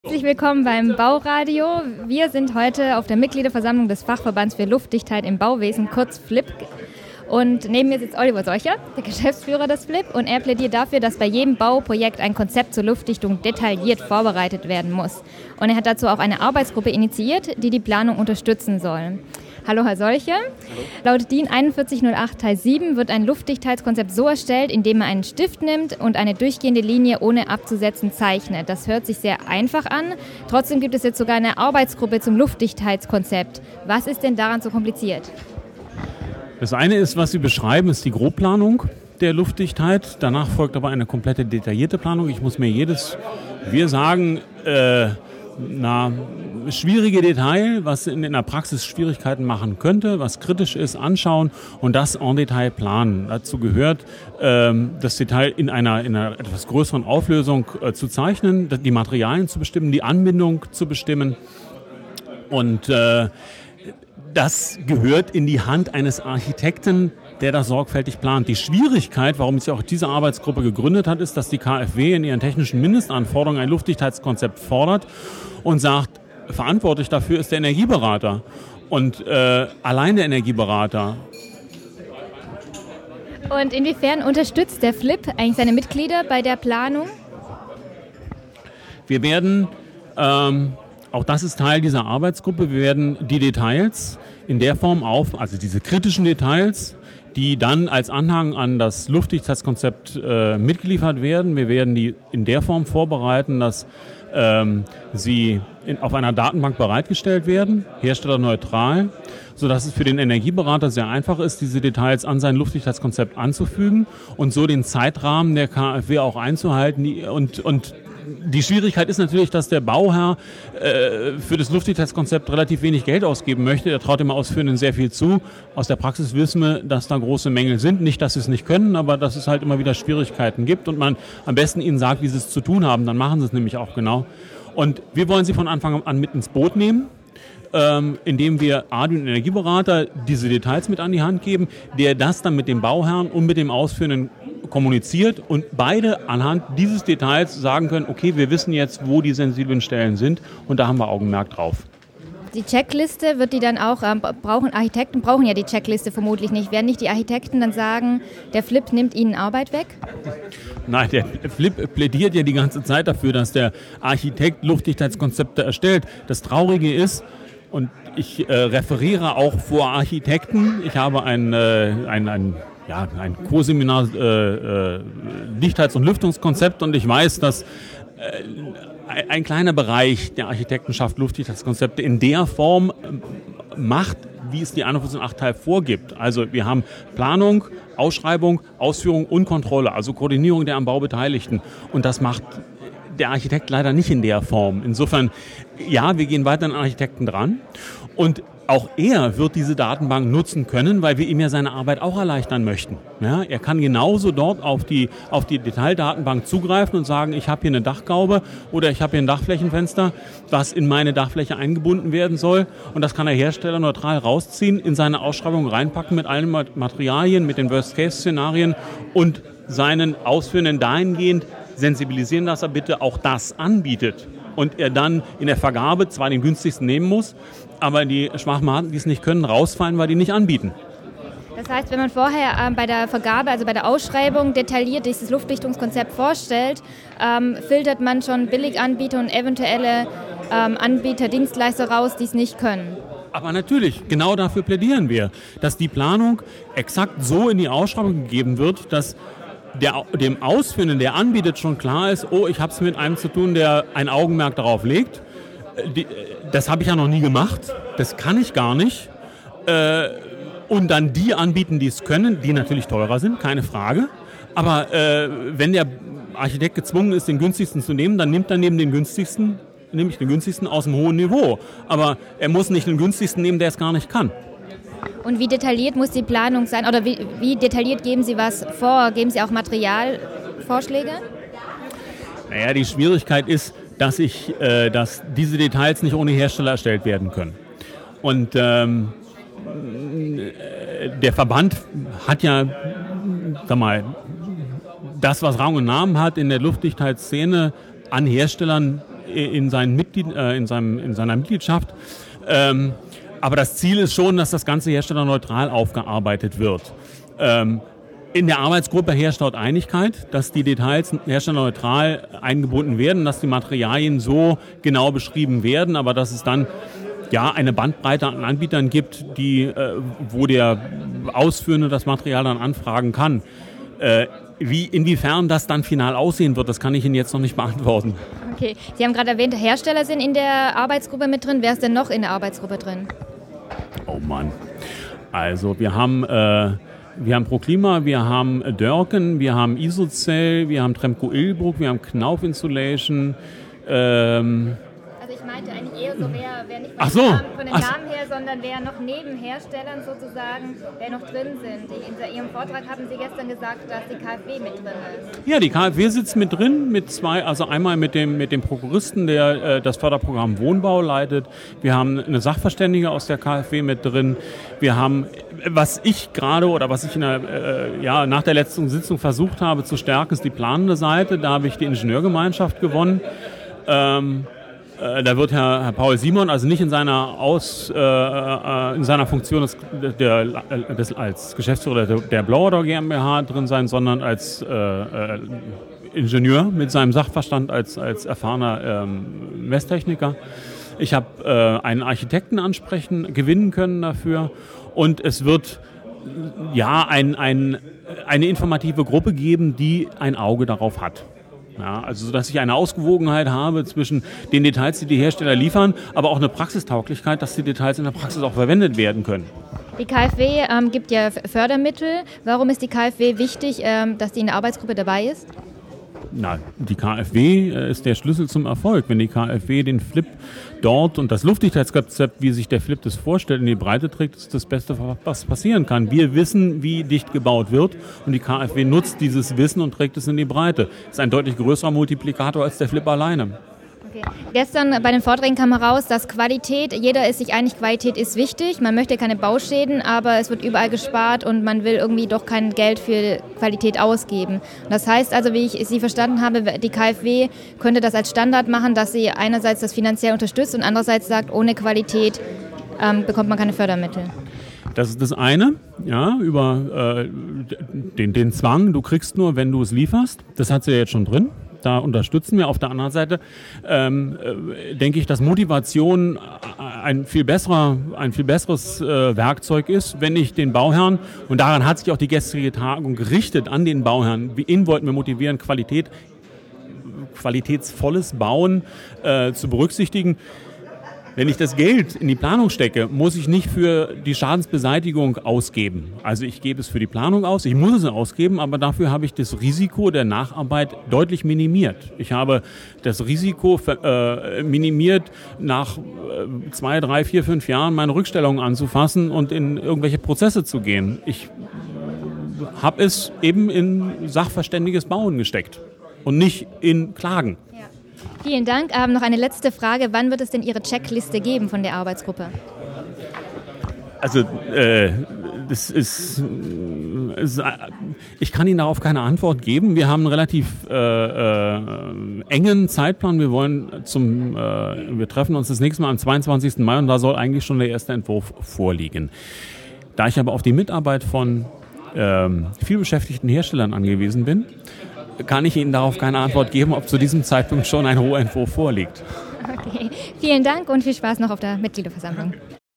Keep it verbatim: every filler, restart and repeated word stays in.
Herzlich willkommen beim Bauradio. Wir sind heute auf der Mitgliederversammlung des Fachverbands für Luftdichtheit im Bauwesen, kurz F L I P. Und neben mir sitzt Oliver Seucher, der Geschäftsführer des F L I P. Und er plädiert dafür, dass bei jedem Bauprojekt ein Konzept zur Luftdichtung detailliert vorbereitet werden muss. Und er hat dazu auch eine Arbeitsgruppe initiiert, die die Planung unterstützen soll. Hallo Herr Seucher. Hallo. Laut D I N einundvierzig null acht Teil sieben wird ein Luftdichtheitskonzept so erstellt, indem man einen Stift nimmt und eine durchgehende Linie ohne abzusetzen zeichnet. Das hört sich sehr einfach an. Trotzdem gibt es jetzt sogar eine Arbeitsgruppe zum Luftdichtheitskonzept. Was ist denn daran so kompliziert? Das eine ist, was Sie beschreiben, ist die Grobplanung der Luftdichtheit. Danach folgt aber eine komplette detaillierte Planung. Ich muss mir jedes, wir sagen, äh, na, schwierige Detail, was in, in der Praxis Schwierigkeiten machen könnte, was kritisch ist, anschauen und das en Detail planen. Dazu gehört, ähm, das Detail in einer, in einer etwas größeren Auflösung äh, zu zeichnen, die Materialien zu bestimmen, die Anbindung zu bestimmen und äh, das gehört in die Hand eines Architekten, der das sorgfältig plant. Die Schwierigkeit, warum sich auch diese Arbeitsgruppe gegründet hat, ist, dass die K f W in ihren technischen Mindestanforderungen ein Luftdichtheitskonzept fordert und sagt, verantwortlich dafür ist der Energieberater. Und äh, allein der Energieberater. Und inwiefern unterstützt der F L I P eigentlich seine Mitglieder bei der Planung? Wir werden... Ähm, Auch das ist Teil dieser Arbeitsgruppe. Wir werden die Details in der Form auf, also diese kritischen Details, die dann als Anhang an das Luftdichtheitskonzept äh, mitgeliefert werden. Wir werden die in der Form vorbereiten, dass ähm, sie in, auf einer Datenbank bereitgestellt werden, herstellerneutral, sodass es für den Energieberater sehr einfach ist, diese Details an sein Luftdichtheitskonzept anzufügen und so den Zeitrahmen der K f W auch einzuhalten die, und, und die Schwierigkeit ist natürlich, dass der Bauherr äh, für das Luftdichtheitskonzept relativ wenig Geld ausgeben möchte. Er traut dem Ausführenden sehr viel zu. Aus der Praxis wissen wir, dass da große Mängel sind. Nicht, dass sie es nicht können, aber dass es halt immer wieder Schwierigkeiten gibt und man am besten ihnen sagt, wie sie es zu tun haben. Dann machen sie es nämlich auch genau. Und wir wollen sie von Anfang an mit ins Boot nehmen, ähm, indem wir A, den Energieberater diese Details mit an die Hand geben, der das dann mit dem Bauherrn und mit dem Ausführenden kommuniziert und beide anhand dieses Details sagen können, okay, wir wissen jetzt, wo die sensiblen Stellen sind und da haben wir Augenmerk drauf. Die Checkliste wird die dann auch, ähm, brauchen Architekten brauchen ja die Checkliste vermutlich nicht. Werden nicht die Architekten dann sagen, der F L I P nimmt ihnen Arbeit weg? Nein, der F L I P plädiert ja die ganze Zeit dafür, dass der Architekt Luftdichtheitskonzepte erstellt. Das Traurige ist, und ich äh, referiere auch vor Architekten, ich habe ein, äh, ein, ein Ja, ein Co-Seminar äh, äh, Dichtheits- und Lüftungskonzept und ich weiß, dass äh, ein kleiner Bereich der Architektenschaft Luftdichtheitskonzepte in der Form äh, macht, wie es die einundvierzig Null acht Teil vorgibt. Also wir haben Planung, Ausschreibung, Ausführung und Kontrolle, also Koordinierung der am Bau Beteiligten und das macht der Architekt leider nicht in der Form. Insofern, ja, wir gehen weiter an Architekten dran und auch er wird diese Datenbank nutzen können, weil wir ihm ja seine Arbeit auch erleichtern möchten. Ja, er kann genauso dort auf die, auf die Detaildatenbank zugreifen und sagen, ich habe hier eine Dachgaube oder ich habe hier ein Dachflächenfenster, was in meine Dachfläche eingebunden werden soll. Und das kann der Hersteller neutral rausziehen, in seine Ausschreibung reinpacken mit allen Materialien, mit den Worst-Case-Szenarien und seinen Ausführenden dahingehend sensibilisieren, dass er bitte auch das anbietet. Und er dann in der Vergabe zwar den günstigsten nehmen muss, aber die Schwachmaten, die es nicht können, rausfallen, weil die nicht anbieten. Das heißt, wenn man vorher ähm, bei der Vergabe, also bei der Ausschreibung detailliert dieses Luftdichtungskonzept vorstellt, ähm, filtert man schon Billiganbieter und eventuelle ähm, Anbieter, Dienstleister raus, die es nicht können. Aber natürlich, genau dafür plädieren wir, dass die Planung exakt so in die Ausschreibung gegeben wird, dass Der, dem Ausführenden, der anbietet, schon klar ist, oh, ich habe es mit einem zu tun, der ein Augenmerk darauf legt. Die, das habe ich ja noch nie gemacht, das kann ich gar nicht. Äh, und dann die anbieten, die es können, die natürlich teurer sind, keine Frage. Aber äh, wenn der Architekt gezwungen ist, den günstigsten zu nehmen, dann nimmt er neben den günstigsten, nämlich den günstigsten aus dem hohen Niveau. Aber er muss nicht den günstigsten nehmen, der es gar nicht kann. Und wie detailliert muss die Planung sein? Oder wie, wie detailliert geben Sie was vor? Geben Sie auch Materialvorschläge? Naja, die Schwierigkeit ist, dass, ich, äh, dass diese Details nicht ohne Hersteller erstellt werden können. Und ähm, der Verband hat ja, sag mal, das, was Rang und Namen hat in der Luftdichtheitsszene, an Herstellern in, seinen Mitglied, äh, in, seinem, in seiner Mitgliedschaft. Ähm, aber das Ziel ist schon, dass das Ganze herstellerneutral aufgearbeitet wird. Ähm, in der Arbeitsgruppe herrscht dort Einigkeit, dass die Details herstellerneutral eingebunden werden, dass die Materialien so genau beschrieben werden, aber dass es dann ja eine Bandbreite an Anbietern gibt, die, äh, wo der Ausführende das Material dann anfragen kann. Äh, wie, inwiefern das dann final aussehen wird, das kann ich Ihnen jetzt noch nicht beantworten. Okay, Sie haben gerade erwähnt, Hersteller sind in der Arbeitsgruppe mit drin. Wer ist denn noch in der Arbeitsgruppe drin? Oh Mann. Also wir haben, äh, wir haben ProClima, wir haben Dörken, wir haben Isocell, wir haben Tremco Illbruck, wir haben Knauf Insulation. Ähm, also ich meinte eigentlich eher so, wer, wer nicht von, Ach so. den Namen, von den Ach. Namen her, sondern wer noch neben Herstellern sozusagen, wer noch drin sind. In Ihrem Vortrag haben Sie gestern gesagt, dass die KfW mit drin ist. Ja, die KfW sitzt mit drin, mit zwei, also einmal mit dem, mit dem Prokuristen, der äh, das Förderprogramm Wohnbau leitet. Wir haben eine Sachverständige aus der KfW mit drin. Wir haben, was ich gerade oder was ich in der, äh, ja, nach der letzten Sitzung versucht habe zu stärken, ist die planende Seite. Da habe ich die Ingenieurgemeinschaft gewonnen. Ähm, Da wird Herr, Herr Paul Simon, also nicht in seiner, Aus, äh, äh, in seiner Funktion des, der, des, als Geschäftsführer der, der Blauer GmbH drin sein, sondern als äh, äh, Ingenieur mit seinem Sachverstand als, als erfahrener ähm, Messtechniker. Ich habe äh, einen Architekten ansprechen, gewinnen können dafür und es wird ja ein, ein, eine informative Gruppe geben, die ein Auge darauf hat. Ja, also so, dass ich eine Ausgewogenheit habe zwischen den Details, die die Hersteller liefern, aber auch eine Praxistauglichkeit, dass die Details in der Praxis auch verwendet werden können. Die KfW ähm, gibt ja Fördermittel. Warum ist die KfW wichtig, ähm, dass die in der Arbeitsgruppe dabei ist? Na, die KfW äh, ist der Schlüssel zum Erfolg. Wenn die KfW den Flip dort und das Luftdichtheitskonzept, wie sich der Flip das vorstellt, in die Breite trägt, ist das Beste, was passieren kann. Wir wissen, wie dicht gebaut wird und die KfW nutzt dieses Wissen und trägt es in die Breite. Das ist ein deutlich größerer Multiplikator als der Flip alleine. Okay. Gestern bei den Vorträgen kam heraus, dass Qualität, jeder ist sich einig, Qualität ist wichtig. Man möchte keine Bauschäden, aber es wird überall gespart und man will irgendwie doch kein Geld für Qualität ausgeben. Das heißt also, wie ich Sie verstanden habe, die KfW könnte das als Standard machen, dass sie einerseits das finanziell unterstützt und andererseits sagt, ohne Qualität ähm, bekommt man keine Fördermittel. Das ist das eine, ja, über äh, den, den Zwang, du kriegst nur, wenn du es lieferst. Das hat sie ja jetzt schon drin. Da unterstützen wir. Auf der anderen Seite ähm, äh, denke ich, dass Motivation ein viel besserer, ein viel besseres äh, Werkzeug ist, wenn ich den Bauherrn, und daran hat sich auch die gestrige Tagung gerichtet, an den Bauherrn, wie ihn wollten wir motivieren, Qualität, qualitätsvolles Bauen äh, zu berücksichtigen. Wenn ich das Geld in die Planung stecke, muss ich nicht für die Schadensbeseitigung ausgeben. Also ich gebe es für die Planung aus, ich muss es ausgeben, aber dafür habe ich das Risiko der Nacharbeit deutlich minimiert. Ich habe das Risiko äh, minimiert, nach äh, zwei, drei, vier, fünf Jahren meine Rückstellungen anzufassen und in irgendwelche Prozesse zu gehen. Ich habe es eben in sachverständiges Bauen gesteckt und nicht in Klagen. Vielen Dank. Ähm, noch eine letzte Frage. Wann wird es denn Ihre Checkliste geben von der Arbeitsgruppe? Also, äh, das ist, ist, ich kann Ihnen darauf keine Antwort geben. Wir haben einen relativ äh, äh, engen Zeitplan. Wir wollen zum, äh, wir treffen uns das nächste Mal am zweiundzwanzigsten Mai und da soll eigentlich schon der erste Entwurf vorliegen. Da ich aber auf die Mitarbeit von ähm, vielbeschäftigten Herstellern angewiesen bin, kann ich Ihnen darauf keine Antwort geben, ob zu diesem Zeitpunkt schon ein Rohentwurf vorliegt. Okay, vielen Dank und viel Spaß noch auf der Mitgliederversammlung.